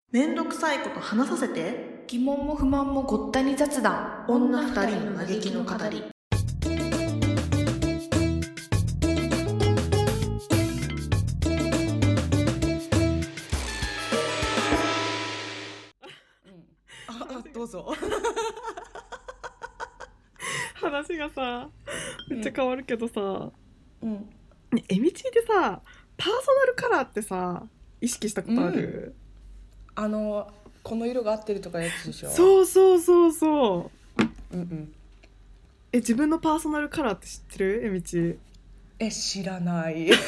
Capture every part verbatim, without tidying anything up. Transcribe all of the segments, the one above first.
めんどくさいこと話させて。 疑問も不満もごったに雑談。 女二人の嘆きの語り。 ああどうぞ話がさめっちゃ変わるけどさ、 うんね、エミチでさパーソナルカラーってさ意識したことある？ あのこの色が合ってるとかやつでしょ。 そうそうそうそう。 うんうんえ自分のパーソナルカラーって知ってる？エミチ。 え知らないで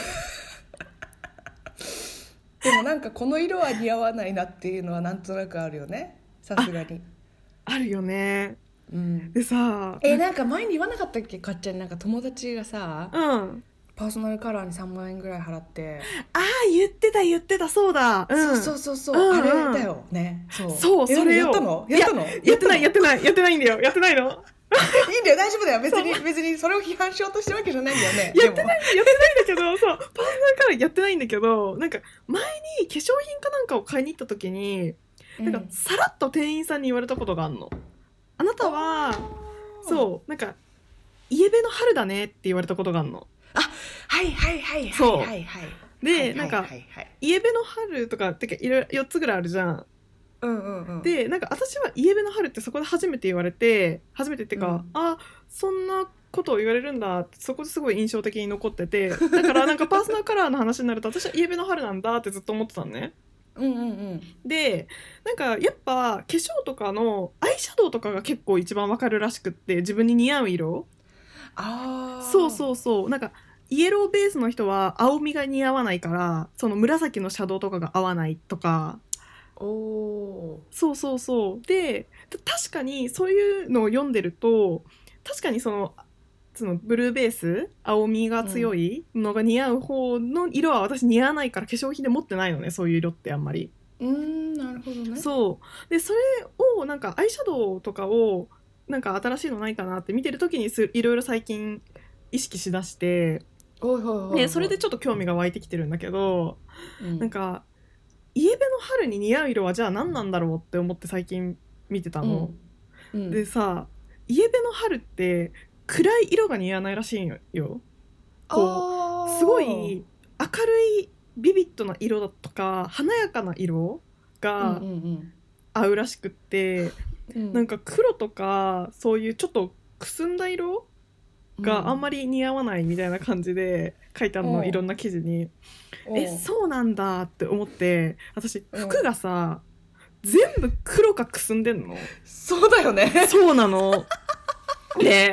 もなんかこの色は似合わないなっていうのはなんとなくあるよね、さすがに。 あるよね。 うん、 でさえなんか前に言わなかったっけ、かっちゃん。なんか友達がさ、 うんパーソナルカラーにさんまんえんぐらい払って、 ああ言ってた言ってたそうだ、うん、 そうそうそうそう、 うんうん、 あれだよね。そうそうそれよ。 やったのやったのやってないやってないやってないんだよやってないのいいんだよ、大丈夫だよ。別に別にそれを批判しようとしてるわけじゃないんだよね。 やってないやってないんだけどそうパーソナルカラーやってないんだけど、なんか前に化粧品かなんかを買いに行った時に、うん、なんかさらっと店員さんに言われたことがあるの。あなたはそうなんかイエベの春だねって言われたことがあるの。 あはいはいはいはいはいはいで、 はいはいはい、 なんかイエベの春とかってかいろいろよっつぐらいあるじゃん。 うんうんうん、でなんか私はイエベの春ってそこで初めて言われて、初めてっていうか、うん、あそんなことを言われるんだってそこですごい印象的に残ってて、だからなんかパーソナルカラーの話になると私はイエベの春なんだってずっと思ってたのね。 うんうんうん、でなんかやっぱ化粧とかのアイシャドウとかが結構一番わかるらしくって、自分に似合う色。 あそうそうそう、なんかイエローベースの人は青みが似合わないからその紫のシャドウとかが合わないとか。 おそうそうそうで確かにそういうのを読んでると確かにそのそのブルーベース青みが強いのが似合う方の色は私似合わないから化粧品で持ってないのね、そういう色ってあんまり。 うーんなるほどね。 そうでそれをなんかアイシャドウとかをなんか新しいのないかなって見てる時にすいろいろ最近意識しだして、 おいおいおいおい、 ね、それでちょっと興味が湧いてきてるんだけど、うん、なんかイエベの春に似合う色はじゃあ何なんだろうって思って最近見てたの、うんうん、でさイエベの春って暗い色が似合わないらしいよ。こうすごい明るいビビッドな色だとか華やかな色が合うらしくって、うんうんうん、なんか黒とかそういうちょっとくすんだ色があんまり似合わないみたいな感じで書いてあるの、いろんな記事に。えそうなんだって思って、私服がさ全部黒かくすんでんの。 そうだよね。 そうなのね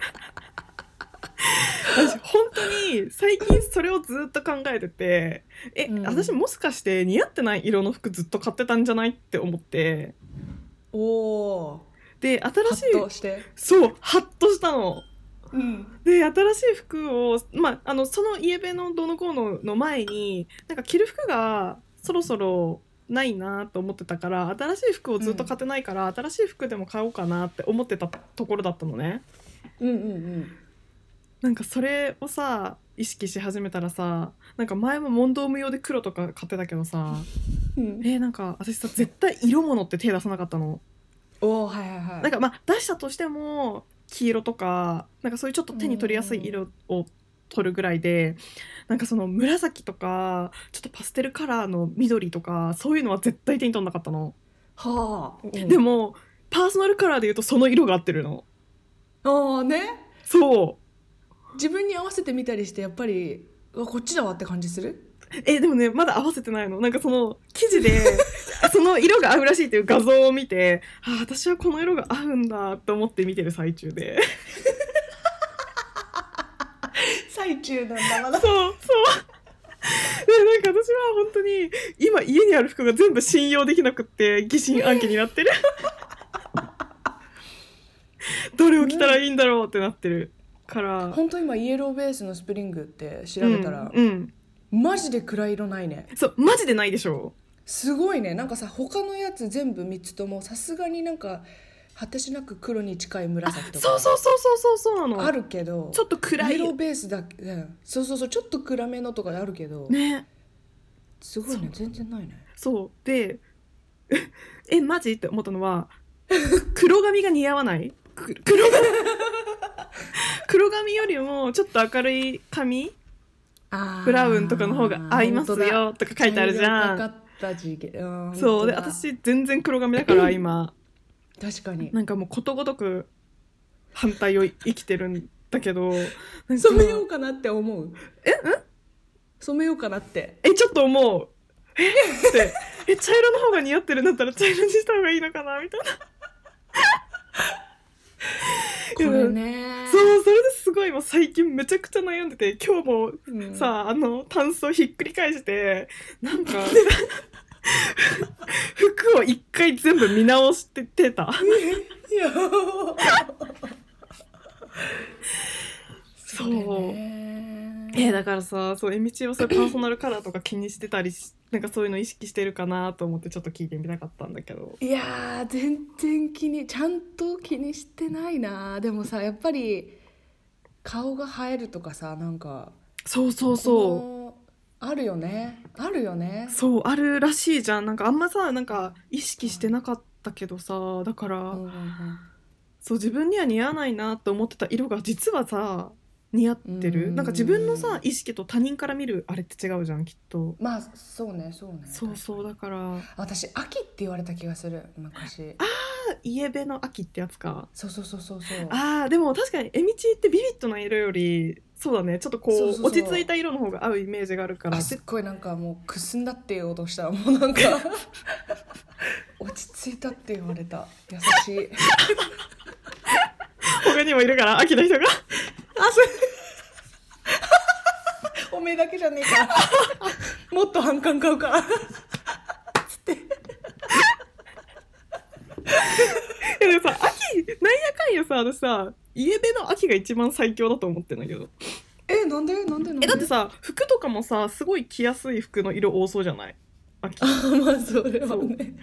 私本当に最近それをずっと考えてて、え、うん、私もしかして似合ってない色の服ずっと買ってたんじゃないって思って。 おーで新しいハッとしてそうハッとしたの。 うん、 で新しい服を、まあ、あのそのイエベのどのこうのの前になんか着る服がそろそろないなと思ってたから、新しい服をずっと買ってないから、うん、新しい服でも買おうかなって思ってたところだったのね。 うんうんうん。 なんかそれをさ意識し始めたらさ、なんか前も問答無用で黒とか買ってたけどさ、うん、えー、なんか私さ絶対色物って手出さなかったの。 おはいはいはい。 なんかまあ出したとしても黄色とかなんかそういうちょっと手に取りやすい色を取るぐらいで、なんかその紫とかちょっとパステルカラーの緑とかそういうのは絶対手に取んなかったの。 はあ、うん、 でもパーソナルカラーでいうとその色が合ってるの。 ああね。 そう自分に合わせてみたりしてやっぱりこっちだわって感じする？ えでもねまだ合わせてないの。なんかその記事でその色が合うらしいっていう画像を見て、あ私はこの色が合うんだと思って見てる最中で最中なんだまだ。 そうそうでなんか私は本当に今家にある服が全部信用できなくって疑心暗鬼になってるどれを着たらいいんだろうってなってるから、 本当今イエローベースのスプリングって調べたら、 うんうんマジで暗い色ないね。 そうマジでないでしょ。 すごいね。なんかさ他のやつ全部みっつともさすがになんか果てしなく黒に近い紫とかそうそうそうそうそうそうなのあるけど、 ちょっと暗いイエローベースだけ、うん、そうそうそうちょっと暗めのとかあるけどね、 すごいね全然ないね。 そうでえマジって思ったのは黒髪が似合わない。黒髪黒髪よりもちょっと明るい髪ブラウンとかの方が合いますよとか書いてあるじゃん。かかった時期、うん、そうで私全然黒髪だから今確かになんかもうことごとく反対を生きてるんだけど染めようかなって思う。 えん染めようかなってえちょっと思うえってえ茶色の方が似合ってるんだったら茶色にした方がいいのかなみたいなこれねそうそれですごいもう最近めちゃくちゃ悩んでて今日もさ、うん、あのタンスをひっくり返してなんか服を一回全部見直しててたいやそうえー、だからさそうえみちはそういうパーソナルカラーとか気にしてたりしなんかそういうの意識してるかなと思ってちょっと聞いてみたかったんだけど。 いやー全然気にちゃんと気にしてないな。でもさやっぱり顔が生えるとかさなんかそうそうそうあるよねあるよねそうあるらしいじゃん。なんかあんまさなんか意識してなかったけどさだから、うんうんうん、そう自分には似合わないなって思ってた色が実はさ似合ってる。なんか自分のさ意識と他人から見るあれって違うじゃんきっと。 まあそうねそうねそうそうだから私秋って言われた気がする昔。 ああイエベの秋ってやつか。 そうそうそうそうそうああでも確かにえみちってビビッドな色よりそうだねちょっとこうそうそうそう落ち着いた色の方が合うイメージがあるから。 すっごいなんかもうくすんだって言おうとしたらもうなんか落ち着いたって言われた優しい他にもいるから秋の人があそおめえだけじゃねえからもっと反感買うからつってでもさ秋なんやかんやさ私さイエベの秋が一番最強だと思ってんだけど。 えなんでなんでなんでえだってさ服とかもさすごい着やすい服の色多そうじゃない秋。 あまあそれはね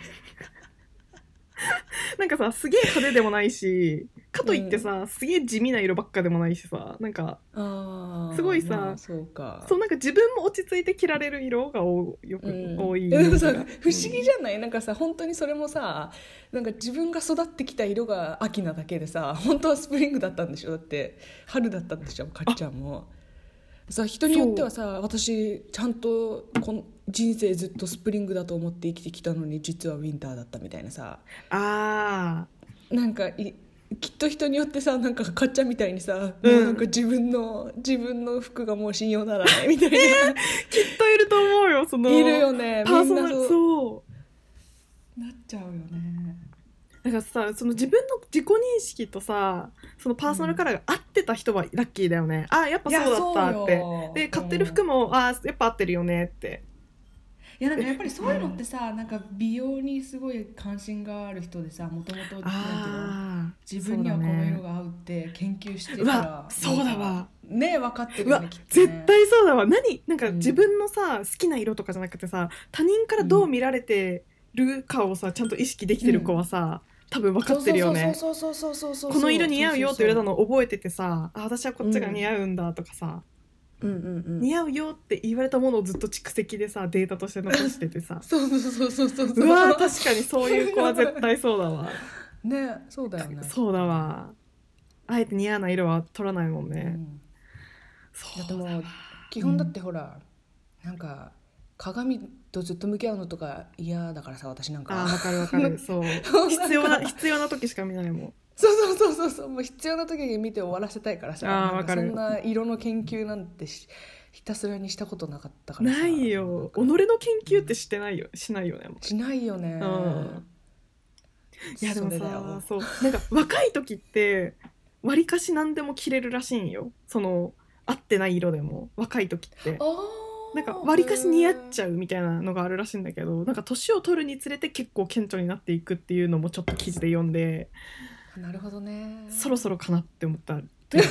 なんかさすげえ派手でもないしかといってさ、うん、すげえ地味な色ばっかでもないしさなんかあすごいさ、 まあ、そうかそうなんか自分も落ち着いて着られる色が多よく、うん、多い。 でもさ不思議じゃないなんかさ本当にそれもさなんか自分が育ってきた色が秋なだけでさ本当はスプリングだったんでしょ。だって春だったんでしょかっちゃんもさ人によってはさ私ちゃんとこの人生ずっとスプリングだと思って生きてきたのに実はウィンターだったみたいなさあなんかいきっと人によってさなんかかっちゃんみたいにさ、うん、もうなんか自分の自分の服がもう信用ならないみたいな、えー、 きっといると思うよそのいるよねパーソナルそうなっちゃうよね。 だからさその自分の自己認識とさそのパーソナルカラーが合ってた人はラッキーだよね、うん、あやっぱそうだったってで買ってる服も、うん、あやっぱ合ってるよねって。 いやなんかやっぱりそういうのってさ、うん、なんか美容にすごい関心がある人でさもともと自分にはこの色が合うって研究してるからそうだわね分かってるよねきっとね。 絶対そうだわ。何なんか自分のさ、うん、好きな色とかじゃなくてさ他人からどう見られてるかをさちゃんと意識できてる子はさ、うん多分分かってるよね。この色似合うよって言われたのを覚えててさあ私はこっちが似合うんだとかさ、うんうんうん、似合うよって言われたものをずっと蓄積でさデータとして残しててさそうそうそうそうそううわ確かにそういう子は絶対そうだわねそうだよねそうだわあえて似合わない色は取らないもんね、うん、 そうだも基本だってほら、うん、なんか鏡とずっと向き合うのとか嫌だからさ私なんかあ分かる分かるそう必要な必要な時しか見ないもん。 そうそうそうそうそうもう必要な時に見て終わらせたいからさあなんかそんな色の研究なんてひたすらにしたことなかったからさないよ己の研究ってしてないよ、うん、しないよねもうしないよね、うん、 いやでもさそうなんか若い時ってわりかし何でも着れるらしいんよその合ってない色でも若い時ってあなんかわりかし似合っちゃうみたいなのがあるらしいんだけどなんか年を取るにつれて結構顕著になっていくっていうのもちょっと記事で読んでなるほどねそろそろかなって思った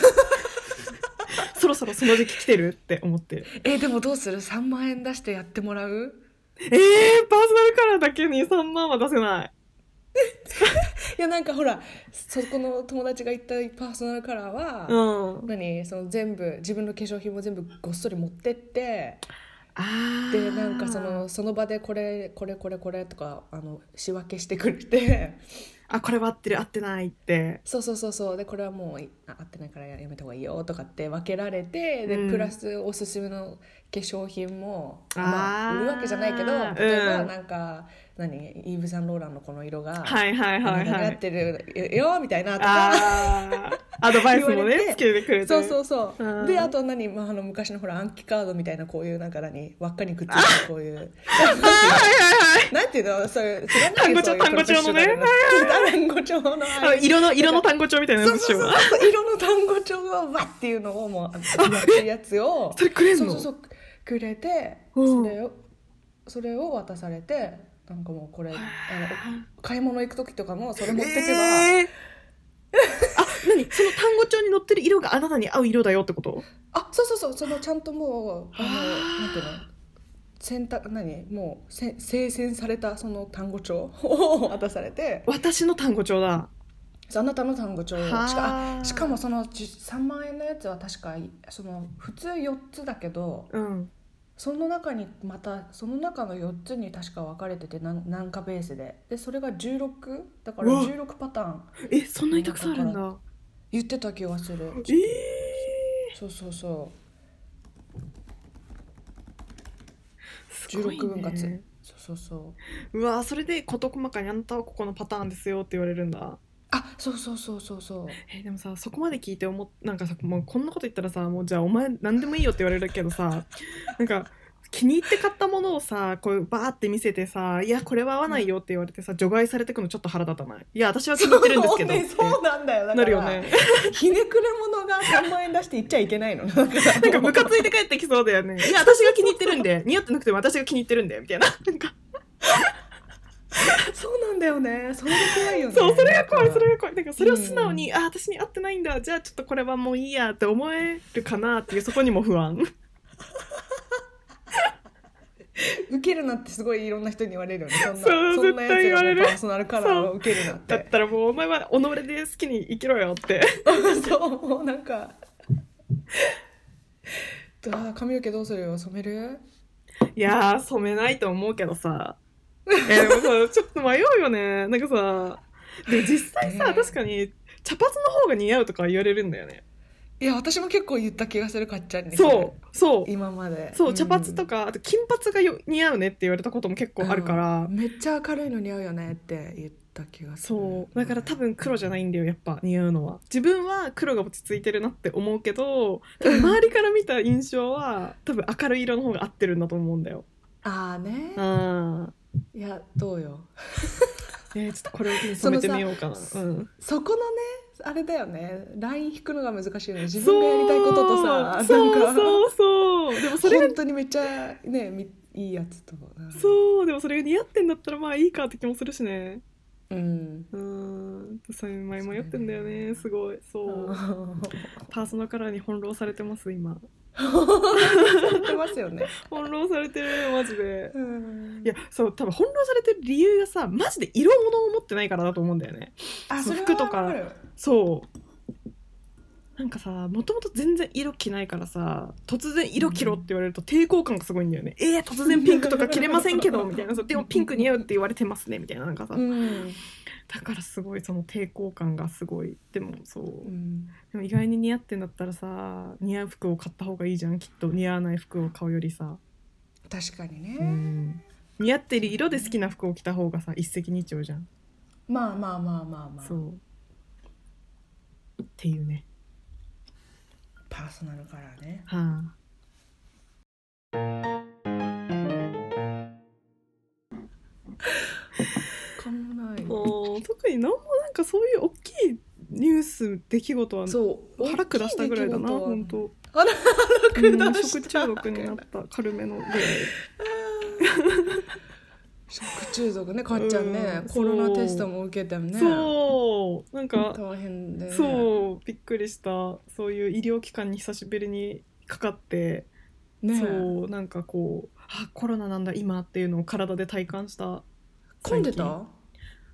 そろそろその時期来てるって思ってえー、でもどうするさんまんえん出してやってもらうえー、パーソナルカラーだけにさんまんは出せないいやなんかほらそこの友達が言ったパーソナルカラーは、うん、何その全部自分の化粧品も全部ごっそり持ってってあでなんかそのその場でこれこれこれこれとかあの仕分けしてくれてあこれは合ってる合ってないってそうそうそうそうでこれはもうあ合ってないからやめた方がいいよとかって分けられてで、 うん、 プラスおすすめの化粧品もあ、 まあ、売るわけじゃないけど例えばうん、 なんか、何イーヴ・サンローランのこの色がはいはいはいはいやってるよみたいなとかあアドバイスもねつけてくれてそうそうそう、 うん、 であと何、まあ、あの昔のほら暗記カードみたいなこういうなんか何輪っかにくっついたこういうなんていうのそれ知らないよ単語帳単語帳のね単語帳のあ色の色の単語帳みたいなやつでしょ。 そうそうそう色の単語帳をわっていうのをもうやってるやつをそれくれんの？ そうそうそうくれて、それをそれを渡されてなんかもうこれあの買い物行く時とかもそれ持ってけば、えー、 あ何その単語帳に載ってる色があなたに合う色だよってこと？ あそうそうそうそのちゃんともうあのなんていうの選択何もうせ精選されたその単語帳を渡されて私の単語帳だあなたの単語帳しか、しかもそのさんまんえんのやつは確かその普通よっつだけど、 うん、 その中にまたその中のよっつに確か分かれてて何何かベースででそれがじゅうろくだからじゅうろくパターンえそんなにたくさんあるんだ言ってた気がするえー、 そうそうそうじゅうろく分割そうそうそううわそれで事細かにあなたはここのパターンですよって言われるんだあそうそうそうそうそうえー、でもさそこまで聞いて思っなんかさもうこんなこと言ったらさもうじゃあお前何でもいいよって言われるけどさなんか気に入って買ったものをさこうバーって見せてさいやこれは合わないよって言われてさ、うん、除外されてくのちょっと腹立たないいや私は気に入ってるんですけどってそうなんだよだからなるよねひねくれ者がさんまんえん出して言っちゃいけないのなんかムカついて帰ってきそうだよねいや私が気に入ってるんで似合ってなくても私が気に入ってるんでみたいななんかそうなんだよねそれが怖いよねそうそれが怖いそれが怖いなんかそれを素直に、うん、あ私に合ってないんだじゃあちょっとこれはもういいやって思えるかなっていうそこにも不安受けるなってすごいいろんな人に言われるよねそんなそうそんなやつがもうパーソナルカラーを受けるなってだったらもうお前は己で好きに生きろよってそうもうなんか髪の毛どうするよ染めるいやー染めないと思うけどさえー、でもさちょっと迷うよねなんかさでも実際さ、えー、確かに茶髪の方が似合うとか言われるんだよねいや私も結構言った気がするかっちゃんにそうそう今までそう茶髪とか、うん、あと金髪がよ似合うねって言われたことも結構あるから、 うん、めっちゃ明るいの似合うよねって言った気がするそうだから多分黒じゃないんだよやっぱ似合うのは自分は黒が落ち着いてるなって思うけど周りから見た印象は多分明るい色の方が合ってるんだと思うんだよああねうんいやどうよえー、ちょっとこれを機に染めてみようかな そ,、うん、 そこのねあれだよねライン引くのが難しいよね自分がやりたいこととさそうそうそうそうでもそれ本当にめっちゃねいいやつとそうでもそれが似合ってんだったらまあいいかって気もするしねうんうんそういう前迷ってんだよねすごいそうパーソナルカラーに翻弄されてます今されてますよね翻弄されてるマジで、うん、いやそう多分翻弄されてる理由がさマジで色物を持ってないからだと思うんだよねあそう服とかそうなんかさもともと全然色着ないからさ突然色着ろって言われると抵抗感がすごいんだよね、うん、えー、突然ピンクとか着れませんけどみたいなでもピンク似合うって言われてますねみたいななんかさ、うん、だからすごいその抵抗感がすごいでもそう、うん、でも意外に似合ってんだったらさ似合う服を買った方がいいじゃんきっと似合わない服を買うよりさ確かにね、 うん、似合っている色で好きな服を着た方がさ一石二鳥じゃんまあまあまあまあまあそうっていうねパーソナルカラーねはあかもない特に何もなんかそういう大きいニュース出来事はそう腹下したぐらいだな本当腹下した、 うん、食中毒になった軽めのぐらい食中毒ねかっちゃんね、うん、コロナテストも受けてもねそうなんか大変で、ね、 そうびっくりしたそういう医療機関に久しぶりにかかって、ね、そうなんかこうあコロナなんだ今っていうのを体で体感した混んでた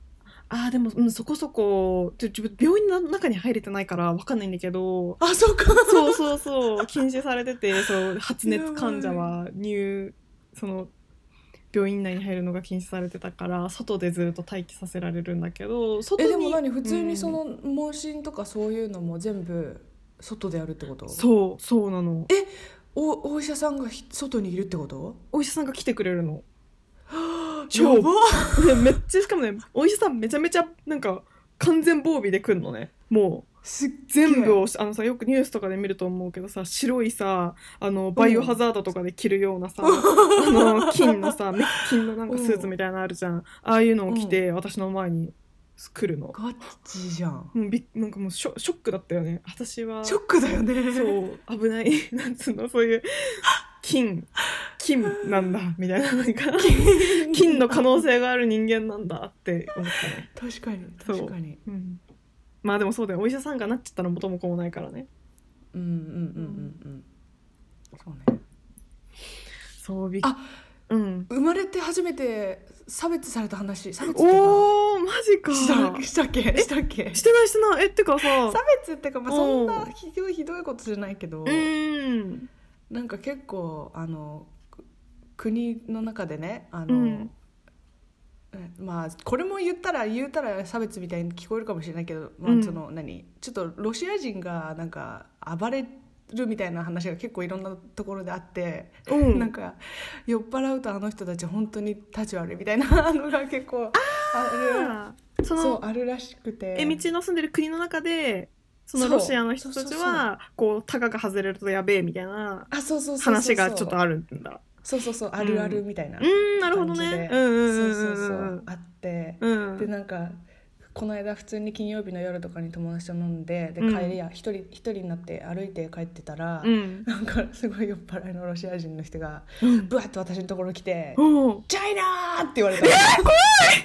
あーでも、うん、そこそこちょ自分病院の中に入れてないから分かんないんだけど、 あ、そうか。 そうそうそう禁止されてて、そう発熱患者は入その病院内に入るのが禁止されてたから外でずっと待機させられるんだけど、外にえでも何普通にその問診とかそういうのも全部外でやるってこと？ そうそうなの。 えおお医者さんがひ外にいるってこと？ お医者さんが来てくれるの。 やばでめっちゃしかもね、お医者さんめちゃめちゃなんか完全防備で来るのね。もうすっ全部をあのさ、よくニュースとかで見ると思うけどさ、白いさあのバイオハザードとかで着るようなさ、あの金のさメッキンのなんかスーツみたいなのあるじゃん。ああいうのを着て私の前に来るの。 ガチじゃん。 うん、びなんかもうショ、ショックだったよね私は。 ショックだよね。 そう危ないなんつうの、そういう金金なんだみたいな、なんか金の可能性がある人間なんだって思ったね。 確かに確かに。 う、うん、まあでもそうだよ、お医者さんがなっちゃったら元も子もないからね。 うんうんうんうんうんそうね。 そうびっあうん、 生まれて初めて差別された話、差別ってかおーマジか。 したしたっけしたっけしてないしてない。えってかさ、 差別ってか、まあ、そんなひどいひどいことじゃないけど、 うんなんか結構あの国の中でね、あの、 うんまあこれも言ったら言うたら差別みたいに聞こえるかもしれないけど、まあ、その、うん、何ちょっとロシア人がなんか暴れるみたいな話が結構いろんなところであって、うん、なんか酔っ払うとあの人たち本当に立ち悪いみたいなのが結構ある、そのそうあるらしくて、 え道の住んでる国の中でそのロシアの人たちはこうタガが外れるとやべえみたいな話がちょっとあるんだ。 そうそうそう、あるあるみたいな感じで、 うん、なるほどね。うんうんうんうん、そうそうそうあって、 うん、 でなんかこの間普通に金曜日の夜とかに友達と飲んで、で帰りや一人一人になって歩いて帰ってたら、うん、なんかすごい酔っ払いのロシア人の人が、うん、ブワッと私のところ来て、うん、チャイナーって言われた。えー、怖い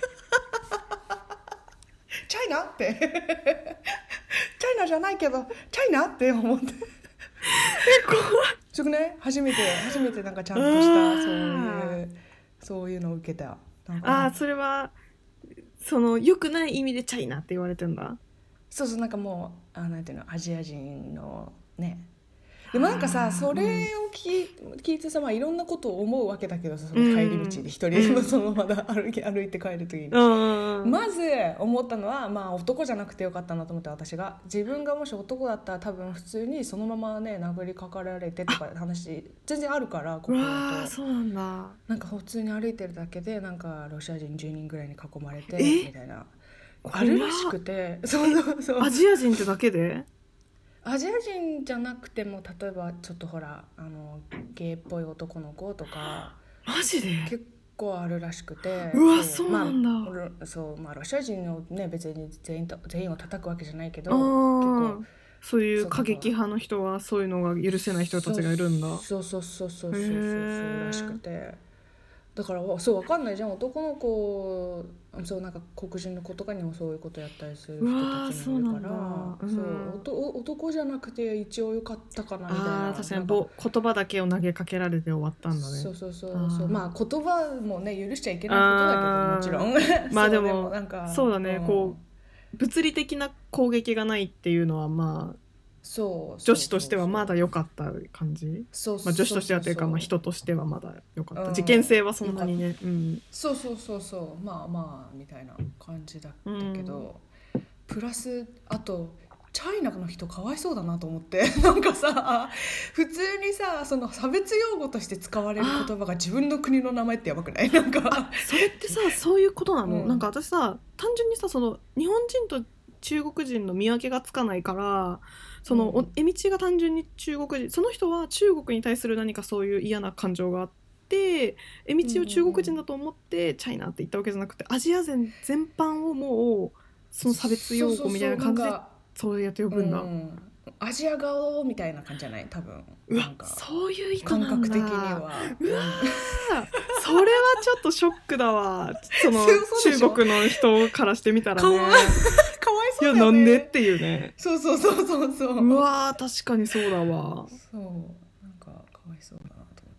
チャイナってチャイナじゃないけどチャイナって思ってえ怖い。ちょっとね、初めて初めてなんかちゃんとしたそういうそういうのを受けた。なんかああ、それはその良くない意味でチャイナって言われてんだ。 そうそう、なんかもうあなんていうの、アジア人のね。でもなんかさ、それを聞い、聞いてさ、まあ、いろんなことを思うわけだけどさ、その帰り道で一人でそのまだ歩き歩いて帰る時に、うん、まず思ったのは、まあ、男じゃなくてよかったなと思って、私が自分がもし男だったら多分普通にそのままね殴りかかられてとか話全然あるから、ここだとそうなんだ。 なんか普通に歩いてるだけでなんかロシア人じゅうにんぐらいに囲まれてみたいなあるらしくて、そうそうそう、 アジア人ってだけでアジア人じゃなくても、例えばちょっとほらあのゲイっぽい男の子とかマジで結構あるらしくて、 うわそうなんだ、 まあ、そうまあロシア人をね別に全員と全員を叩くわけじゃないけど、結構そういう過激派の人はそういうのが許せない人たちがいるんだ。 そうそうそうそうそうそうそうらしくて、だからそう分かんないじゃん、男の子、そうなんか黒人の子とかにもそういうことやったりする人たちもいるから、そう、うん、そう男じゃなくて一応よかったかなみたいな。 あ確かに言葉だけを投げかけられて終わったんだね。 そうそうそうそう、まあ言葉もね許しちゃいけないことだけどもちろんまあでもなんかそうだね、うん、こう物理的な攻撃がないっていうのはまあそう女子としてはまだ良かった感じ。そうそうそうそう、まあ、女子としてはというか、まあ、人としてはまだ良かった、うん、事件性はそんなにね、うん、 そうそうそうそうまあまあみたいな感じだったけど、うん、プラスあとチャイナの人かわいそうだなと思ってなんかさ普通にさその差別用語として使われる言葉が自分の国の名前ってやばくない？なんかそれってさそういうことなの、うん、なんか私さ単純にさその日本人と中国人の見分けがつかないからその、うん、えみちが単純に中国人、その人は中国に対する何かそういう嫌な感情があってえみちを中国人だと思ってチャイナって言ったわけじゃなくて、アジア全全般をもうその差別用語みたいな感じでそうやって呼ぶんだ、うん、 アジア顔みたいな感じじゃない多分。 うわそういう意図なんだ。 感覚的にはうわそれはちょっとショックだわその中国の人からしてみたらねかわいそうだよね。 いやなんでっていうね。 そうそうそうそうそう。 うわ確かにそうだわ。 そうなんかかわいそうだなと思って。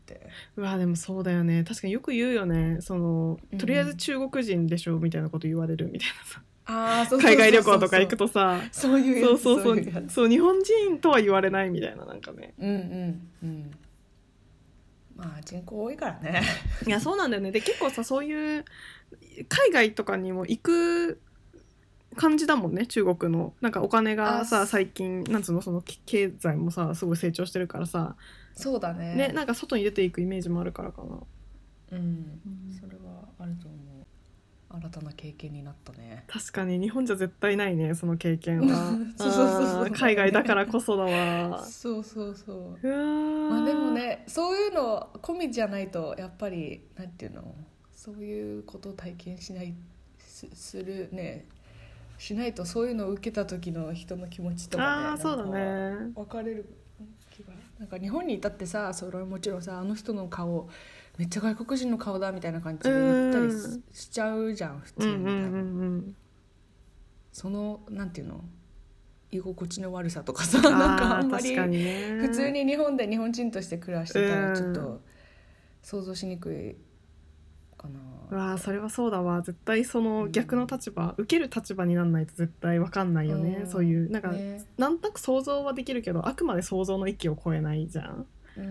うわでもそうだよね、確かによく言うよね、そのとりあえず中国人でしょみたいなこと言われるみたいなさ、 あーそうそうそうそう海外旅行とか行くとさ、 そういうやつそうそうそうそういうやつそう、日本人とは言われないみたいな、なんかね、 うんうんうんまあ人口多いからねいやそうなんだよね。で結構さ、そういう海外とかにも行く感じだもんね、中国のなんかお金がさあ最近なんつうの、その経済もさすごい成長してるからさ、 そうだねね、なんか外に出ていくイメージもあるからかな。 うん、 うんそれはあると思う。新たな経験になったね。 確かに日本じゃ絶対ないね、その経験はそうそうそうそうあー海外だからこそだわそうそうそううわー、 まあでもね、そういうの込みじゃないとやっぱりなんていうの、そういうことを体験しない す, するねしないと、そういうのを受けた時の人の気持ちとかね、 あーそうだね、 分かれる気が、なんか日本にいたってさ、それはもちろんさ、あの人の顔めっちゃ外国人の顔だみたいな感じで言ったり し, しちゃうじゃん普通に、 うんうんうんうんそのなんていうの、居心地の悪さとかさ、なんかあんまり確かにね、 普通に日本で日本人として暮らしてたうんらちょっと想像しにくいかな。 うわーそれはそうだわ、絶対その逆の立場、うん、受ける立場になんないと絶対分かんないよね、うん、そういうなんか、ね、なんとなく想像はできるけどあくまで想像の域を超えないじゃん、うん、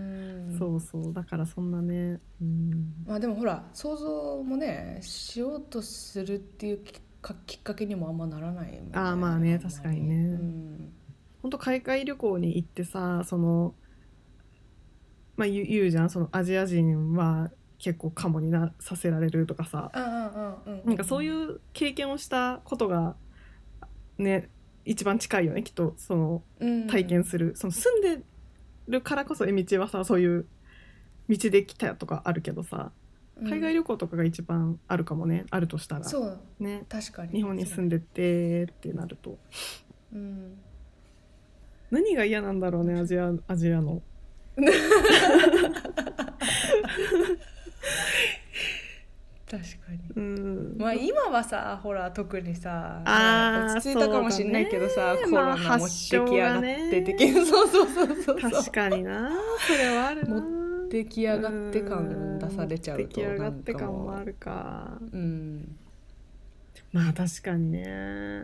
そうそうだからそんなね、うん、 まあでもほら想像もねしようとするっていうきっかけにもあんまならないもんね。 ああまあね確かにね、うん、ほんと海外旅行に行ってさ、そのまあ言う、言うじゃん、そのアジア人は結構カモになさせられるとかさ、なんかそういう経験をしたことがね一番近いよねきっと、その体験する、うん、その住んでるからこそえみちはさそういう道で来たとかあるけどさ、海外旅行とかが一番あるかもね、あるとしたらそうね、 確かに日本に住んでてってなると、 うん、 何が嫌なんだろうね、アジア、アジアの確かに、 うん、 まあ今はさほら特にさあ落ち着いたかもしれないけどさ、ね、コロナも出来上がって的に、 まあ、 そうそうそうそう確かにな、それはあるな、 も出来上がって感出されちゃうと、 出来上がって感もあるか、 うん、 まあ確かにね。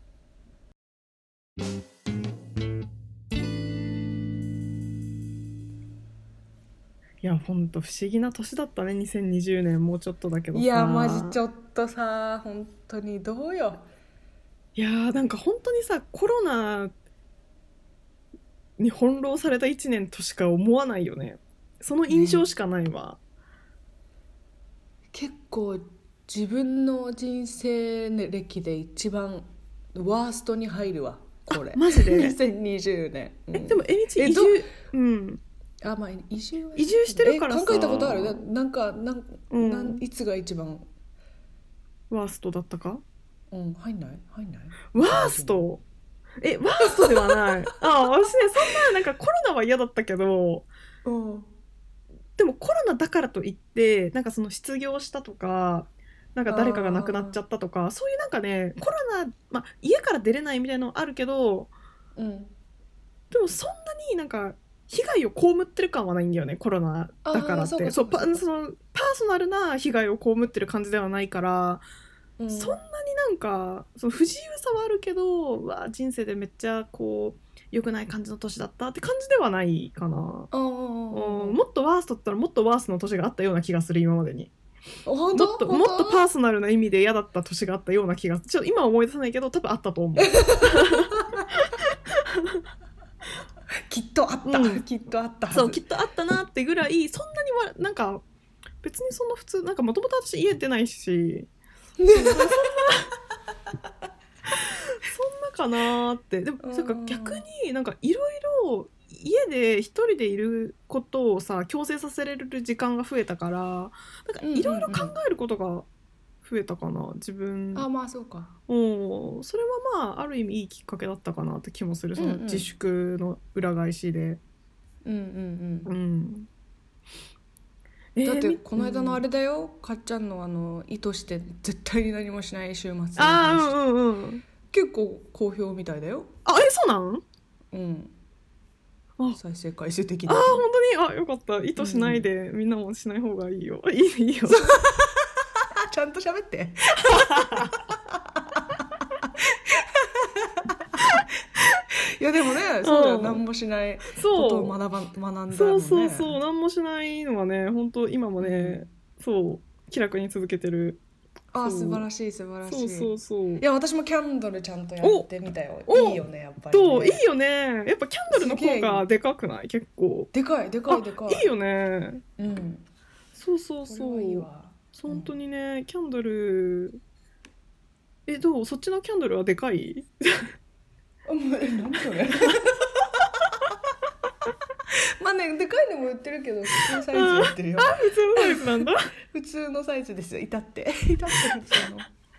いやほんと不思議な年だったねにせんにじゅうねん、もうちょっとだけどさ、 いやマジちょっとさ本当にどうよ。 いやーなんか本当にさコロナに翻弄されたいちねんとしか思わないよね、その印象しかないわ、ね、 結構自分の人生歴で一番ワーストに入るわこれマジでにせんにじゅうねん、うん、 えでもえみち移住うんあまあ移住は移住してるからさ考えたことある？なんかなん、うん、なんいつが一番ワーストだったか？ うん入んない入んないワーストえワーストではないあ私ねそんななんかコロナは嫌だったけど、うん、でもコロナだからといってなんかその失業したとかなんか誰かが亡くなっちゃったとかそういうなんかねコロナ、まあ、家から出れないみたいなのあるけど、うん、でもそんなになんか被害を被ってる感はないんだよねコロナだからって、そうパそのパーソナルな被害を被ってる感じではないから、うん、そんなになんかその不自由さはあるけどわ人生でめっちゃこう良くない感じの年だったって感じではないかな、うん、もっとワーストって言ったらもっとワーストの年があったような気がする今までに。もっともっとパーソナルな意味で嫌だった年があったような気がちょっと今は思い出せないけど多分あったと思うきっとあった、うん、きっとあったはずそうきっとあったなってぐらいそんなにはなんか別にそんな普通なんかもともと私家出ないしそんなそんなかなってでもなんか逆になんかいろいろ家で一人でいることをさ強制させられる時間が増えたからなんかいろいろ考えることが増えたかな、うんうんうん、自分あまあそうかおそれはまあある意味いいきっかけだったかなって気もするその自粛の裏返しでうんうんうん、 うんえー、だってこの間のあれだよ、うん、かっちゃんのあの意図して絶対に何もしない週末の話あうんうんうん結構好評みたいだよあえそうなんうんあ再生回数的に。 あ本当にあよかった。意図しないで、うん、みんなもしない方がいいよ。いいねいいよちゃんと喋っていやでもね、そうだよ、何もしないことを学ば学んだもんね。 そうそうそう、何もしないのはね、本当今もね、うん、そう気楽に続けてる。 あ、素晴らしい素晴らしい。 そうそうそう。いや私もキャンドルちゃんとやってみたよ。いいよねやっぱり、ね。 どういいよね。やっぱキャンドルの効果でかくない？結構。 でかいでかいでかい。 いいよね。 うん。 そうそうそう。 いいわ。 本当にね、うん、キャンドル。えどう？そっちのキャンドルはでかい？ え何それまあね、でかいのも売ってるけど普通のサイズ売ってるよ。 あ、普通のサイズなんだ普通のサイズですよ、至って至って普通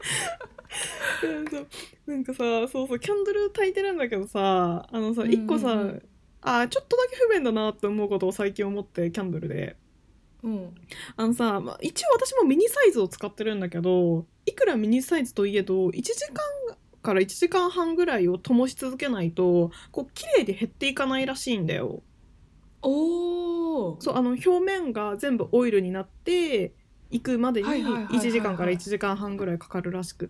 のなんかさ、そうそうキャンドル焚いてるんだけどさ、あのさ一個さ、うんうんうん、あちょっとだけ不便だなって思うことを最近思って、キャンドルで、うん、あのさ、まあ、一応私もミニサイズを使ってるんだけど、いくらミニサイズといえどいちじかんからいちじかんはんぐらいを灯し続けないとこう綺麗に減っていかないらしいんだよ。 おー、 そう、あの表面が全部オイルになっていくまでにいちじかんからいちじかんはんぐらいかかるらしくって、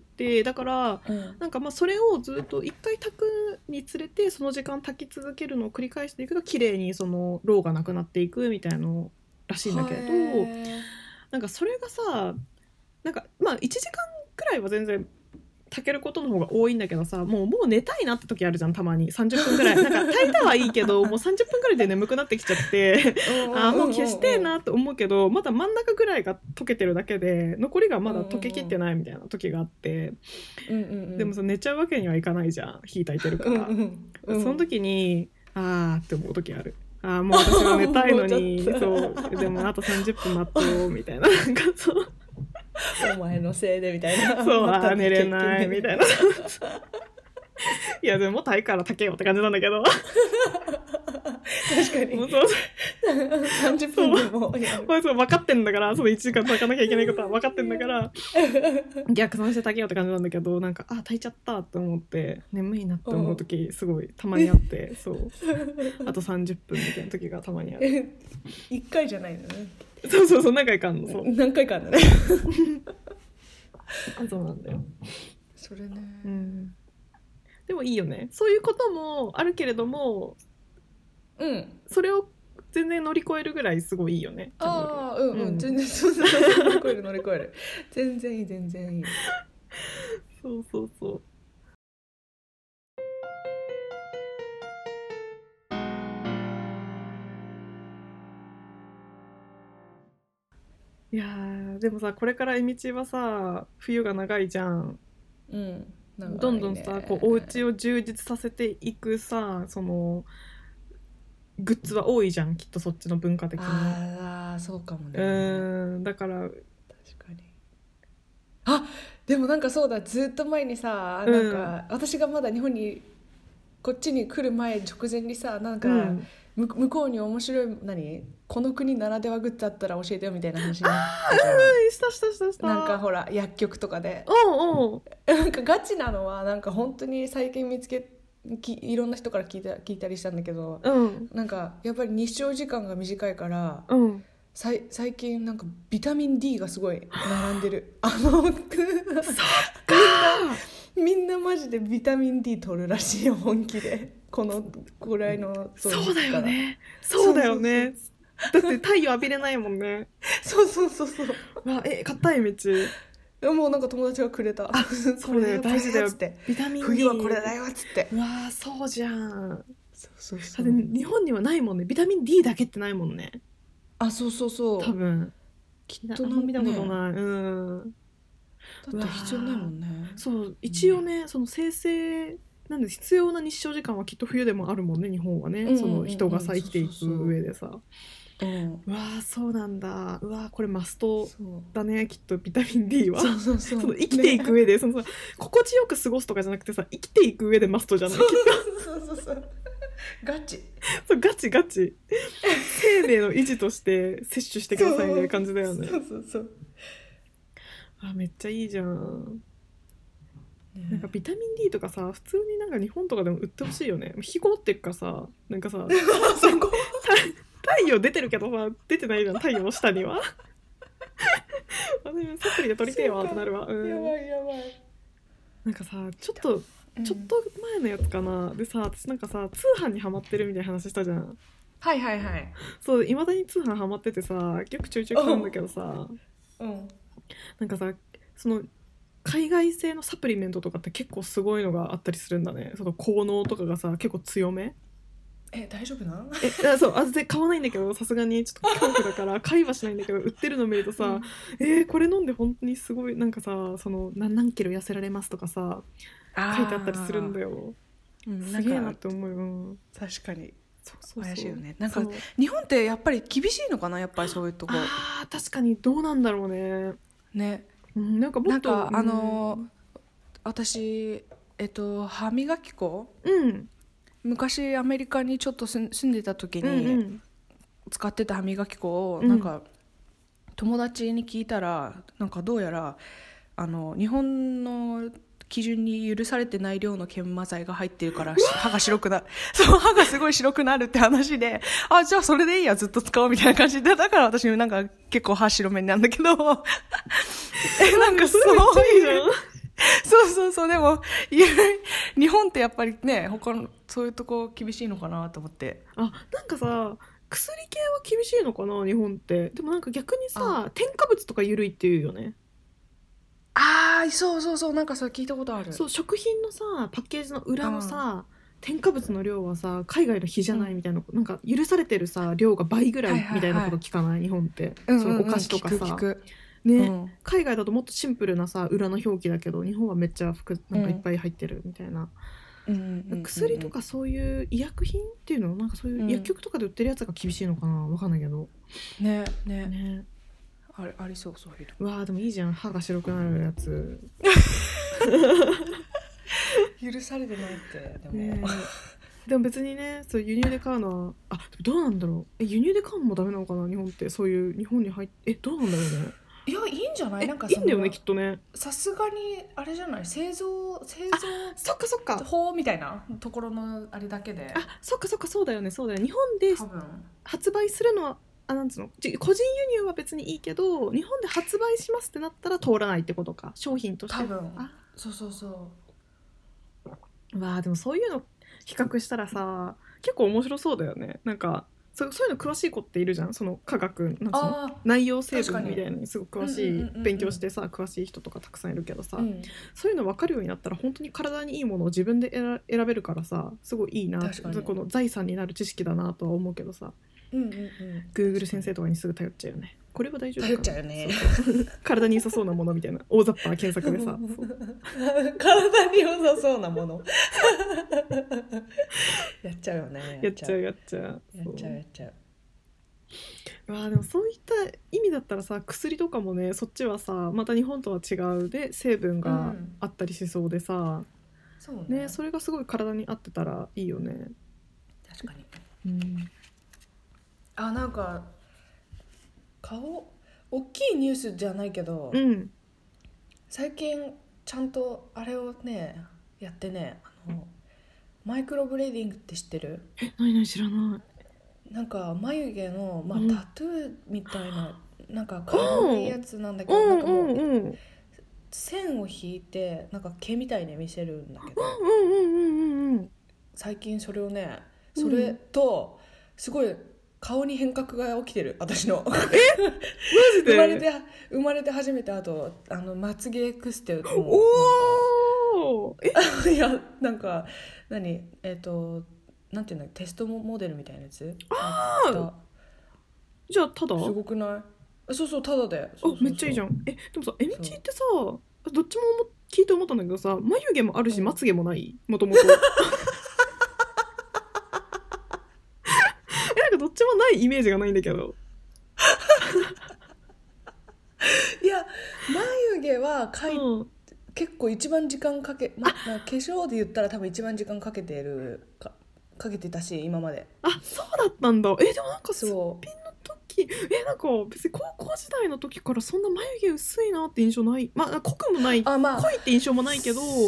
だから、うん、なんかまあそれをずっといっかい炊くにつれてその時間炊き続けるのを繰り返していくと綺麗にそのロウがなくなっていくみたいなのらしいんだけど、なんかそれがさ、なんかまあいちじかんくらいは全然炊けることの方が多いんだけどさ、もうもう寝たいなって時あるじゃん、たまにさんじゅっぷんぐらいなんか炊いたはいいけどもうさんじゅっぷんぐらいで眠くなってきちゃってあもう消してえなって思うけど、まだ真ん中ぐらいが溶けてるだけで残りがまだ溶けきってないみたいな時があって、うんうんうん、でもさ寝ちゃうわけにはいかないじゃん、火炊いてるから、うんうん、その時にあーって思う時ある。あーもう私は寝たいのにそうでもあとさんじゅっぷん待とうみたいな、なんかそうお前のせいでみたいなそうあ寝れないみたいないやでも炊いから炊けよって感じなんだけど確かにもうそうさんじゅっぷんでもそう分かってんだから、そのいちじかん炊かなきゃいけないことは分かってんだから逆算して炊けよって感じなんだけど、なんかあ炊いちゃったって思って眠いなって思う時すごいたまにあってそうあとさんじゅっぷんみたいな時がたまにある。 いっかいじゃないのね。 そうそうそう何回かあんの。そう何回かあんのねそうなんだよそれね、 うん、でもいいよね、そういうこともあるけれども、うん、それを全然乗り越えるぐらいすごいいいよね。 ああうんうん、うん、全然そうそうそう乗り越える乗り越える全然いい全然いいそうそうそう。いやでもさこれからえみちはさ冬が長いじゃん、うん、ね、どんどんさこうお家を充実させていくさそのグッズは多いじゃんきっとそっちの文化的に。 ああそうかもね。 うんだから確かに。あでもなんかそうだずっと前にさなんか、うん、私がまだ日本にこっちに来る前直前にさなんか、うん向こうに面白い何この国ならではグッズあったら教えてよみたいな話になったじゃん。あしたしたしたしたなんかほら薬局とかでおうおうなんかガチなのはなんか本当に最近見つけきいろんな人から聞いた、聞いたりしたんだけど、うん、なんかやっぱり日照時間が短いから、うん、さい最近なんかビタミン D がすごい並んでるあのそっかみんなみんなマジでビタミン D 取るらしいよ本気でこのぐらいのそうだよねそうだよねだって太陽浴びれないもんねそうそうそうそうわえ硬い道もうなんか友達がくれたあそうだよ大事だよってビタミン D 冬はこれだよっつってうわそうじゃんそうそうそう日本にはないもんねビタミン D だけってないもんね。 あそうそうそう多分きっと見たことない、ね、うんだって必要ないもんね。 そう一応ね、うん、その生成なんで必要な日照時間はきっと冬でもあるもんね日本はね、うん、その人がさ生きていく上でさ、うん、うわーそうなんだうわーこれマストだねきっとビタミン D はそうそうそうその生きていく上で、ね、そのさ心地よく過ごすとかじゃなくてさ生きていく上でマストじゃないきっとそうそうそうそうガチそうガチガチ生命の維持として摂取してくださいみたいな感じだよね。 そうそうそうあめっちゃいいじゃん、ね、なんかビタミン D とかさ普通になんか日本とかでも売ってほしいよね。引きこもってるからさなんかさそこ太陽出てるけどさ出てないじゃん太陽の下には私サプリで取りてえわってなるわ、うん、 やばいやばい。 なんかさちょっとちょっと前のやつかな、でさ私なんかさ通販にハマってるみたいな話したじゃん。 はいはいはい。 そういまだに通販ハマっててさよくちょいちょい買うんだけどさ、 うん、 なんかさその海外製のサプリメントとかって結構すごいのがあったりするんだね。その効能とかがさ結構強め。 え大丈夫なえあそうあ全然買わないんだけどさすがにちょっと恐怖だから買いはしないんだけど売ってるの見るとさ、うん、えー、これ飲んで本当にすごいなんかさその 何, 何キロ痩せられますとかさ書いてあったりするんだよ、うん、すげえなって思うよ、うん、 確かにそうそうそう怪しいよね。なんか日本ってやっぱり厳しいのかなやっぱりそういうとこ。 あ確かにどうなんだろうね。 ね、 うん、なんかもっとなんか、うん、あの私えっと歯磨き粉、 うん昔アメリカにちょっと住んでた時に使ってた歯磨き粉をなんか友達に聞いたらなんかどうやらあの日本の基準に許されてない量の研磨剤が入ってるから歯が白くなるそう歯がすごい白くなるって話で、あじゃあそれでいいやずっと使おうみたいな感じで、だから私なんか結構歯白目になるんだけどえなんかそういうそうそうそうでも日本ってやっぱりね他のそういうとこ厳しいのかなと思って。 あなんかさ薬系は厳しいのかな日本って。でもなんか逆にさ添加物とか緩いっていうよね。 ああそうそうそうなんかそれ聞いたことある。 そう食品のさパッケージの裏のさ添加物の量はさ海外の比じゃないみたいな、うん、なんか許されてるさ量が倍ぐらいみたいなこと聞かない、はいはいはい、日本って、うんうんうん、そのお菓子とかさ、聞く聞くね、うん、海外だともっとシンプルなさ裏の表記だけど日本はめっちゃ服なんかいっぱい入ってるみたいな、うん、薬とかそういう医薬品っていうのなんかそういう薬局とかで売ってるやつが厳しいのかなわかんないけどねねねあれありそうそういうの。うわーでもいいじゃん歯が白くなるやつ許されてないってでも、 ね、でも別にねそう輸入で買うのはあどうなんだろうえ輸入で買うのもダメなのかな日本ってそういう日本に入ってえどうなんだろうね。 いやいいんじゃないなんかいいんだよねきっとね。 さすがにあれじゃない製造製造そっかそっか法みたいなところのあれだけであそっかそっかそうだよねそうだよ日本で発売するのはあなんつうの個人輸入は別にいいけど日本で発売しますってなったら通らないってことか商品として多分あそうそうそうわあでもそういうの比較したらさ結構面白そうだよね。なんかそ, そういうの詳しい子っているじゃんその科学なんつうの内容成分みたいなのにすごく詳しい、うんうんうんうん、勉強してさ詳しい人とかたくさんいるけどさ、うん、そういうの分かるようになったら本当に体にいいものを自分で選, 選べるからさすごいいいなってこの財産になる知識だなとは思うけどさ、うんうんうん、Google 先生とかにすぐ頼っちゃうよね。これは大丈夫か頼っちゃうよね体に良さそうなものみたいな大雑把な検索でさ体に良さそうなものやっちゃうよねやっちゃうやっちゃうやっちゃうやっちゃうわあでもそういった意味だったらさ薬とかもねそっちはさまた日本とは違うで成分があったりしそうでさ、うん、そうね、ねそれがすごい体に合ってたらいいよね。 確かに、 うん、 あなんか顔大きいニュースじゃないけど、 うん、 最近ちゃんとあれをねやってねあのマイクロブレーディングって知ってる？ え何々知らない。 なんか眉毛の、まあ、タトゥーみたいな、うん、なんか軽いやつなんだけど、うん、なんかもう、うんうん、線を引いてなんか毛みたいに見せるんだけど、 うんうんうんうん、 最近それをねそれとすごい顔に変革が起きてる私のえマジで生まれて生まれて初めてあとあのまつげエクステもおーいやなんか何えっ、ー、となんていうんだテストモデルみたいなやつあじゃあただすごくないそうそうただでそうそうそうあめっちゃいいじゃん。えでもさエミチってさどっちも聞いて思ったんだけどさ眉毛もあるし、うん、まつげもないもともとどっちもないイメージがないんだけどいや眉毛はかい、うん、結構一番時間かけ、ま、まあ、化粧で言ったら多分一番時間かけてる か, かけてたし今まで。 あそうだったんだ。えでもなんかすっぴんの時えなんか別に高校時代の時からそんな眉毛薄いなって印象ない。まあ濃くもない、あ、まあ、濃いって印象もないけど普通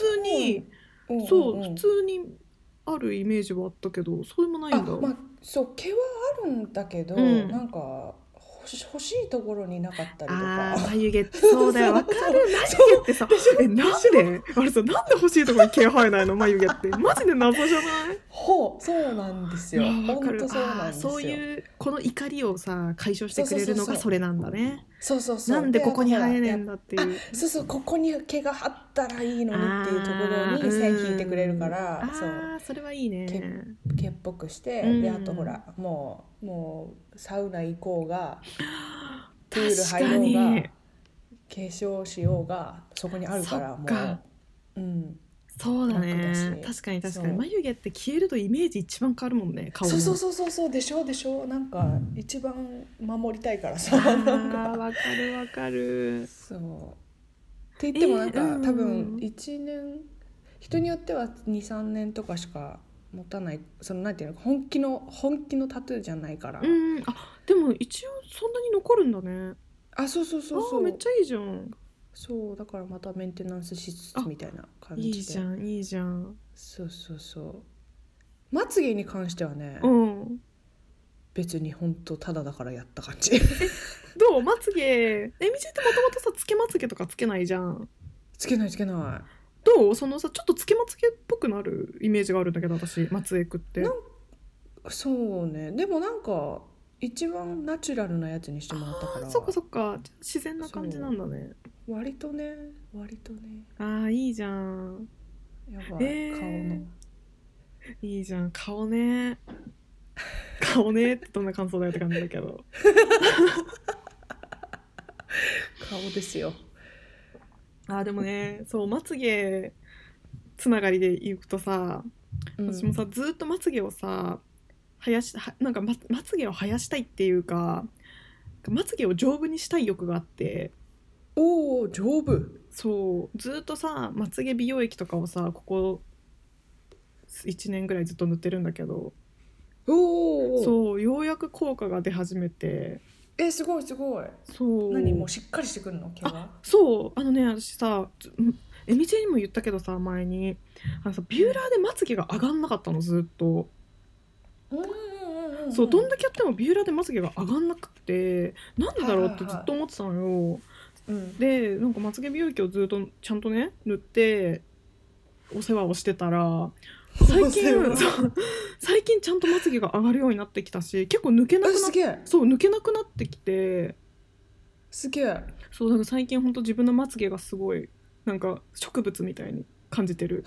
通にうんうんうん、 そう普通にあるイメージはあったけどそうでもないんだ。 あ、まあ、そう毛はあるんだけど、 うんなんか欲し欲しいところになかったりとあか。 ー眉毛ってそうだよわかる。眉毛ってさえなんであれさなんで欲しいところに毛生えないの眉毛ってマジで謎じゃない？ ほうそうなんですよ。 いやわか本る。 当そうなんですよ。 あーそういうこの怒りをさ解消してくれるのがそれなんだね。 そうそうそう。 なんでここに生えねえんだっていう。 あそうそうここに毛が張ったらいいのにっていうところに線引いてくれるからあーそうあーそれはいいね。 毛っぽくして、 うんであとほらもうもうサウナ行こうがプール入ろう確かにが化粧しようがそこにあるからそっかもう、うん、 そうだ楽だねし確かに確かにそう眉毛って消えるとイメージ一番変わるもんね顔も。 そうそうそうそうそうでしょでしょなんか一番守りたいからさあなんかーわかるわかる。 そうって言ってもなんか、 えーうん多分いちねん人によってはにさんねんとかしか持たないそのなんていうの本気の本気のタトゥーじゃないから、 うんあでも一応そんなに残るんだね。 あそうそうそうそうあーめっちゃいいじゃん。 そうだからまたメンテナンスしつつみたいな感じでいいじゃんいいじゃん。 そうそうそうまつげに関してはね、 うん別に本当ただだからやった感じどうまつげえみちってもともとさつけまつげとかつけないじゃん。 つけないつけなどうそのさちょっとつけまつげっぽくなるイメージがあるんだけど私まつエクってなんいそうねでもなんか一番ナチュラルなやつにしてもらったからそっかそっか自然な感じなんだね。 割とね割とねあーいいじゃんやばい、 えー顔のいいじゃん顔ね顔ねってどんな感想だよって感じだけど顔ですよ。 あーでもねそうまつげつながりで言うとさ私もさずっとまつげをさ生やしはなんかままつげを生やしたいっていうかまつげを丈夫にしたい欲があって、 おお丈夫。 そうずっとさまつげ美容液とかをさここいちねんぐらいずっと塗ってるんだけどおおそうようやく効果が出始めてえすごいすごい。 そう何もうしっかりしてくるの毛あは。 そうあのね私さずえみちにも言ったけどさ前にあのさビューラーでまつげが上がんなかったのずっと。 うんうんうんうんそうどんだけやってもビューラーでまつげが上がんなくてなんでだろうってずっと思ってたのよ。 うんでなんかまつげ美容液をずっとちゃんとね塗ってお世話をしてたら最近お世話そう最近ちゃんとまつげが上がるようになってきたし結構抜けなくなっえすげえそう抜けなくなってきてすげえ。 そうなんか最近ほんと自分のまつげがすごいなんか植物みたいに感じてる。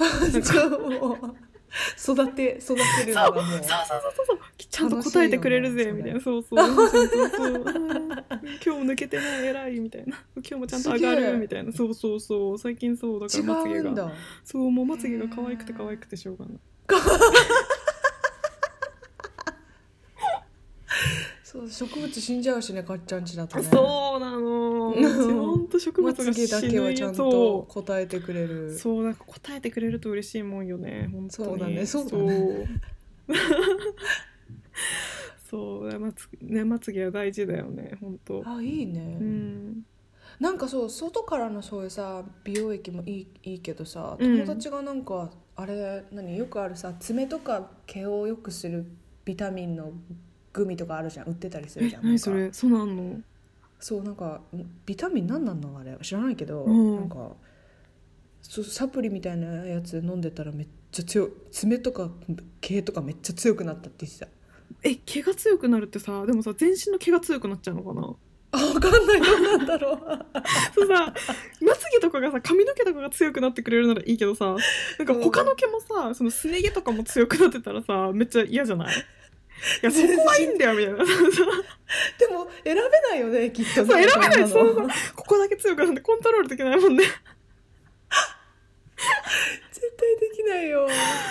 育て育てるのがもうそうそうそうそうそうちゃんと答えてくれるぜみたいなそうそうそうそうそう今日も抜けてない偉いみたいな今日もちゃんと上がすげえるみたいなそうそうそう最近そうだか違らまつげがうんだ。 そうもうまつげが可愛くて可愛くてしょうがない。 そう植物死んじゃうしねかっちゃんちだとね。 そうなのうちほんと植物がまつげだけはちゃんとそ答えてくれうる。 そうなんか答えてくれると嬉しいもんよね本当にそうだねそうだねそうそうまつねまつげは大事だよね本当。 あいいね、 うんなんかそう外からのそういうさ美容液もいいいいけどさうん友達がなんか、あれ何よくあるさ爪とか毛を良くするビタミンのグミとかあるじゃん売ってたりするじゃん。 何それそうなんの。 そうなんかビタミン何なんのあれ知らないけど、 うんなんかそうサプリみたいなやつ飲んでたらめっちゃ強い爪とか毛とかめっちゃ強くなったって言ってた。 え毛が強くなるってさでもさ全身の毛が強くなっちゃうのかな。 あ分かんないどうなんだろうそうさまつげとかがさ髪の毛とかが強くなってくれるならいいけどさなんか他の毛もさそのすね毛とかも強くなってたらさめっちゃ嫌じゃない。いやそこはいいんだよみたいなでも選べないよねきっとね。 そう選べないそんなのそうそうここだけ強くなってコントロールできないもんね絶対できないよ。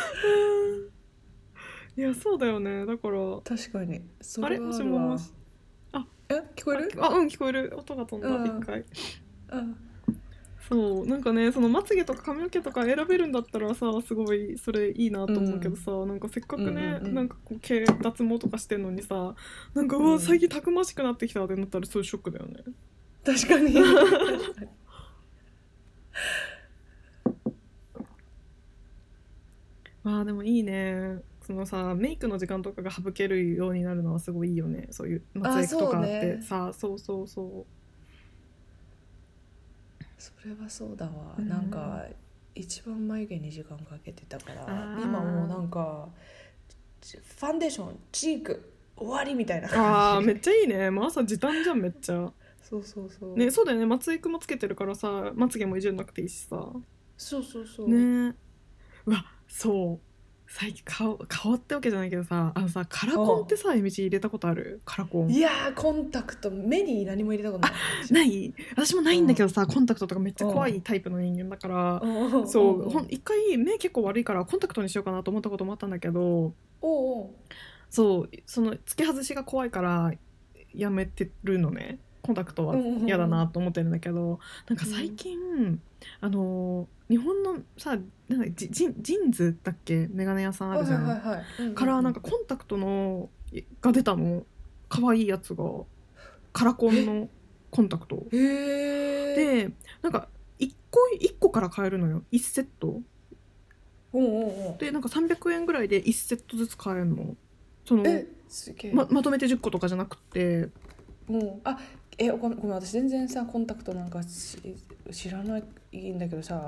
いやそうだよねだから確かにそあれもしれはあるわもしあえ聞こえるあうん聞こえる音が飛んだうん一回。 あそうなんかねそのまつげとか髪の毛とか選べるんだったらさすごいそれいいなと思うけどさ、うん、なんかせっかくね、 うんうんうん、 なんかこう毛脱毛とかしてんのにさなんかうわうん最近たくましくなってきたってなったらそういうショックだよね。 確かにあーでもいいね。そのさメイクの時間とかが省けるようになるのはすごいいいよね。そういう松江区とかあってさ、そうそうそうそれはそうだわ、 うん、 なんか一番眉毛に時間かけてたからあ今もうなんかファンデーションチーク終わりみたいなあー感じ。 めっちゃいいね。もう朝時短じゃんめっちゃ。 そうそうそう、 ね、そうだよね。松江区もつけてるからさまつげもいじんなくていいしさ。 そうそうそう、 ね。うわそう最近顔顔ってわけじゃないけどさ、あのさカラコンってさ、エミチ入れたことある？カラコン。 いやーコンタクト目に何も入れたことない。 ない私もないんだけどさ、うん、コンタクトとかめっちゃ怖いタイプの人間だから、うん、そう、うん、ほん一回目結構悪いからコンタクトにしようかなと思ったこともあったんだけど、 おうおうそうその付け外しが怖いからやめてるのね。コンタクトは嫌だなと思ってるんだけど、うんうんうん、なんか最近、うん、あの日本のさなんかジジンジンズだっけメガネ屋さんあるじゃん、はいはいはいうんうん、からなんかコンタクトのが出たの。可愛いやつがカラコンのコンタクトへでなんかいっこいっこから買えるのよ。いちセットおうおうおうでなんかさんびゃくえんぐらいでいちセットずつ買えるの。そのえすげえま, まとめてじゅっことかじゃなくてもうあえごめん私全然さコンタクトなんか知らないんだけどさ、うん、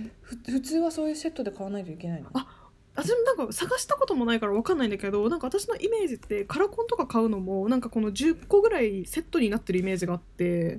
ふ普通はそういうセットで買わないといけないの？ あ私もなんか探したこともないから分かんないんだけど、なんか私のイメージってカラコンとか買うのもなんかこのじゅっこぐらいセットになってるイメージがあって、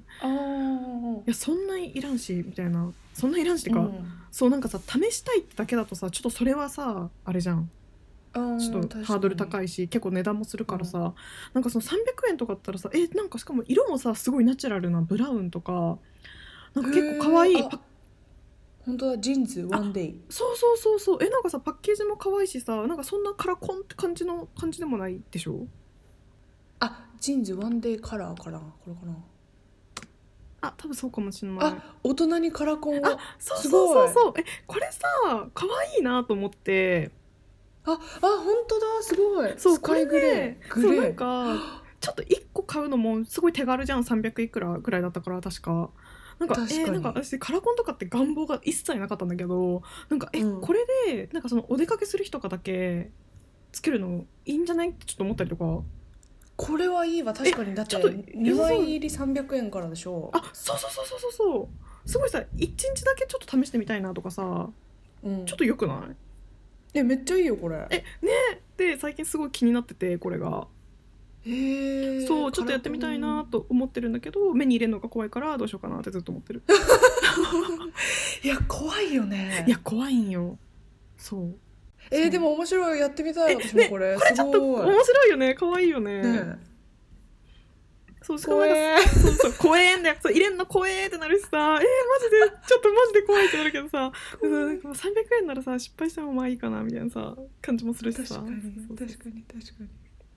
あいやそんないらんしみたいな、そんないらんしってか、うん、そうなんかさ試したいってだけだとさちょっとそれはさあれじゃん、ちょっとハードル高いし結構値段もするからさ、うん、なんかそのさんびゃくえんとかだったらさえなんかしかも色もさすごいナチュラルなブラウンとかなんか結構可愛いパッ本当だジーンズワンデイそうそうそうそうえなんかさパッケージも可愛いしさなんかそんなカラコンって感じの感じでもないでしょ。 あジーンズワンデイカラーかなこれかなあ多分そうかもしれない。 あ大人にカラコンあそうそうそうそうえこれさ可愛いなと思ってああ本当だすごいそうスカイグレーグレーそうなんかちょっといっこ買うのもすごい手軽じゃん。さんびゃくいくらぐらいだったから確かなんか確かに、 えー、なんか私カラコンとかって願望が一切なかったんだけどなんかえ、うん、これでなんかそのお出かけする日とかだけつけるのいいんじゃないってちょっと思ったりとか。 これはいいわ確かに。だってにまい入りさんびゃくえんからでしょ。 あそうそうそうそうそうそうすごいさいちにちだけちょっと試してみたいなとかさ、うん、ちょっとよくない？ えめっちゃいいよこれ。 えねで最近すごい気になっててこれがへーそうちょっとやってみたいなと思ってるんだけど目に入れるのが怖いからどうしようかなってずっと思ってるいや怖いよね。 いや怖いんよ。そうえー、でも面白いやってみたい私もこれ、 ね、これちょっと面白いよね可愛いよね。ねそうしかもなんかそうそう怖えんだよそう入れんの怖えってなるしさえー、マジでちょっとマジで怖いってなるけどさなんかさんびゃくえんならさ失敗してもまあいいかなみたいなさ感じもするしさ。 確かに確かに確かに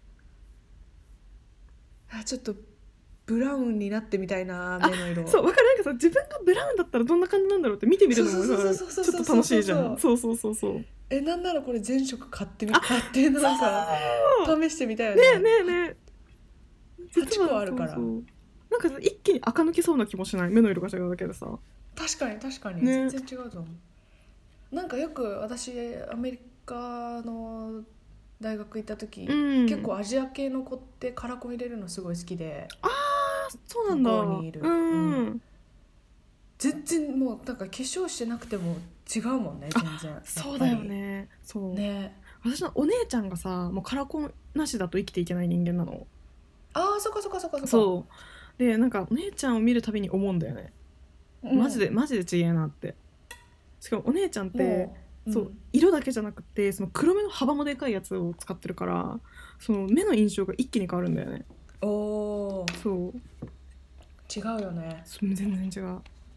あちょっとブラウンになってみたいな目の色。 そう分かるなんかさ自分がブラウンだったらどんな感じなんだろうって見てみるのもさちょっと楽しいじゃん。そうそうそうそうえなんならこれ全色買ってみ買ってなんか試してみたいよね。ねえねえねえはちこあるからそうそうなんかさ一気に垢抜けそうな気もしない目の色が違うだけでさ。 確かに確かに、ね、全然違うと思う。なんかよく私アメリカの大学行った時、うん、結構アジア系の子ってカラコン入れるのすごい好きで。 あーそうなんだ。 向こうにいる、 うんうん、 全然もうなんか化粧してなくても違うもんね全然。 そうだよね。そうね私のお姉ちゃんがさもうカラコンなしだと生きていけない人間なの。 あーそっかそっかそっかそっか。 そうでなんかお姉ちゃんを見るたびに思うんだよね、うん、マジでマジでちげえなって。しかもお姉ちゃんってそう、うん、色だけじゃなくてその黒目の幅もでかいやつを使ってるからその目の印象が一気に変わるんだよね。 おーそう違うよね。 全然違う。 じ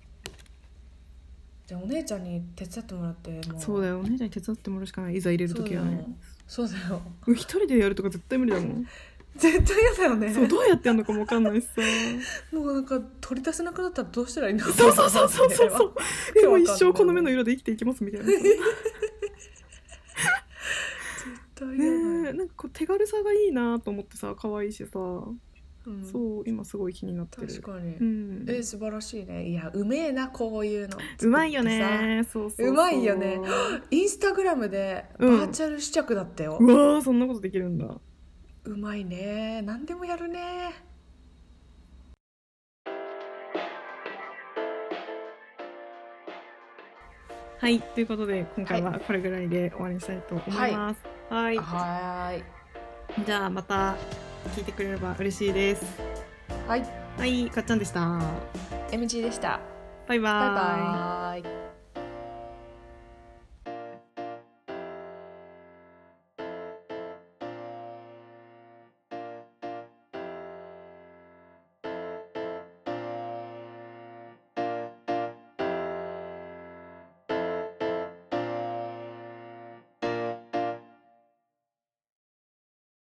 ゃあお姉ちゃんに手伝ってもらってもう。 そうだよお姉ちゃんに手伝ってもらうしかないいざ入れるときはね。 そうだよ一人でやるとか絶対無理だもん絶対嫌だよね。 そうどうやってやるのかも分かんないしさもうなんか取り出せなくなったらどうしたらいいの。 そうそうそうそうそうそうでも一生この目の色で生きていきますみたいな絶対嫌だ、 ね、なんかこう手軽さがいいなと思ってさ可愛いしさうん、 そう今すごい気になってる。 確かに、 うん、 え素晴らしいね。いやうめえなこういうのうまいよね。そうそうそううまいよね。インスタグラムでバーチャル試着だったよ、 うん、うわーそんなことできるんだ。 うまいね。何でもやるね。 はいということで今回はこれぐらいで終わりにしたいと思います。はい、 はい、 じゃあまた聞いてくれれば嬉しいです。 はい、 はい、かっちゃんでした。 エムジー でした。 バイバーイ。 バイバーイ。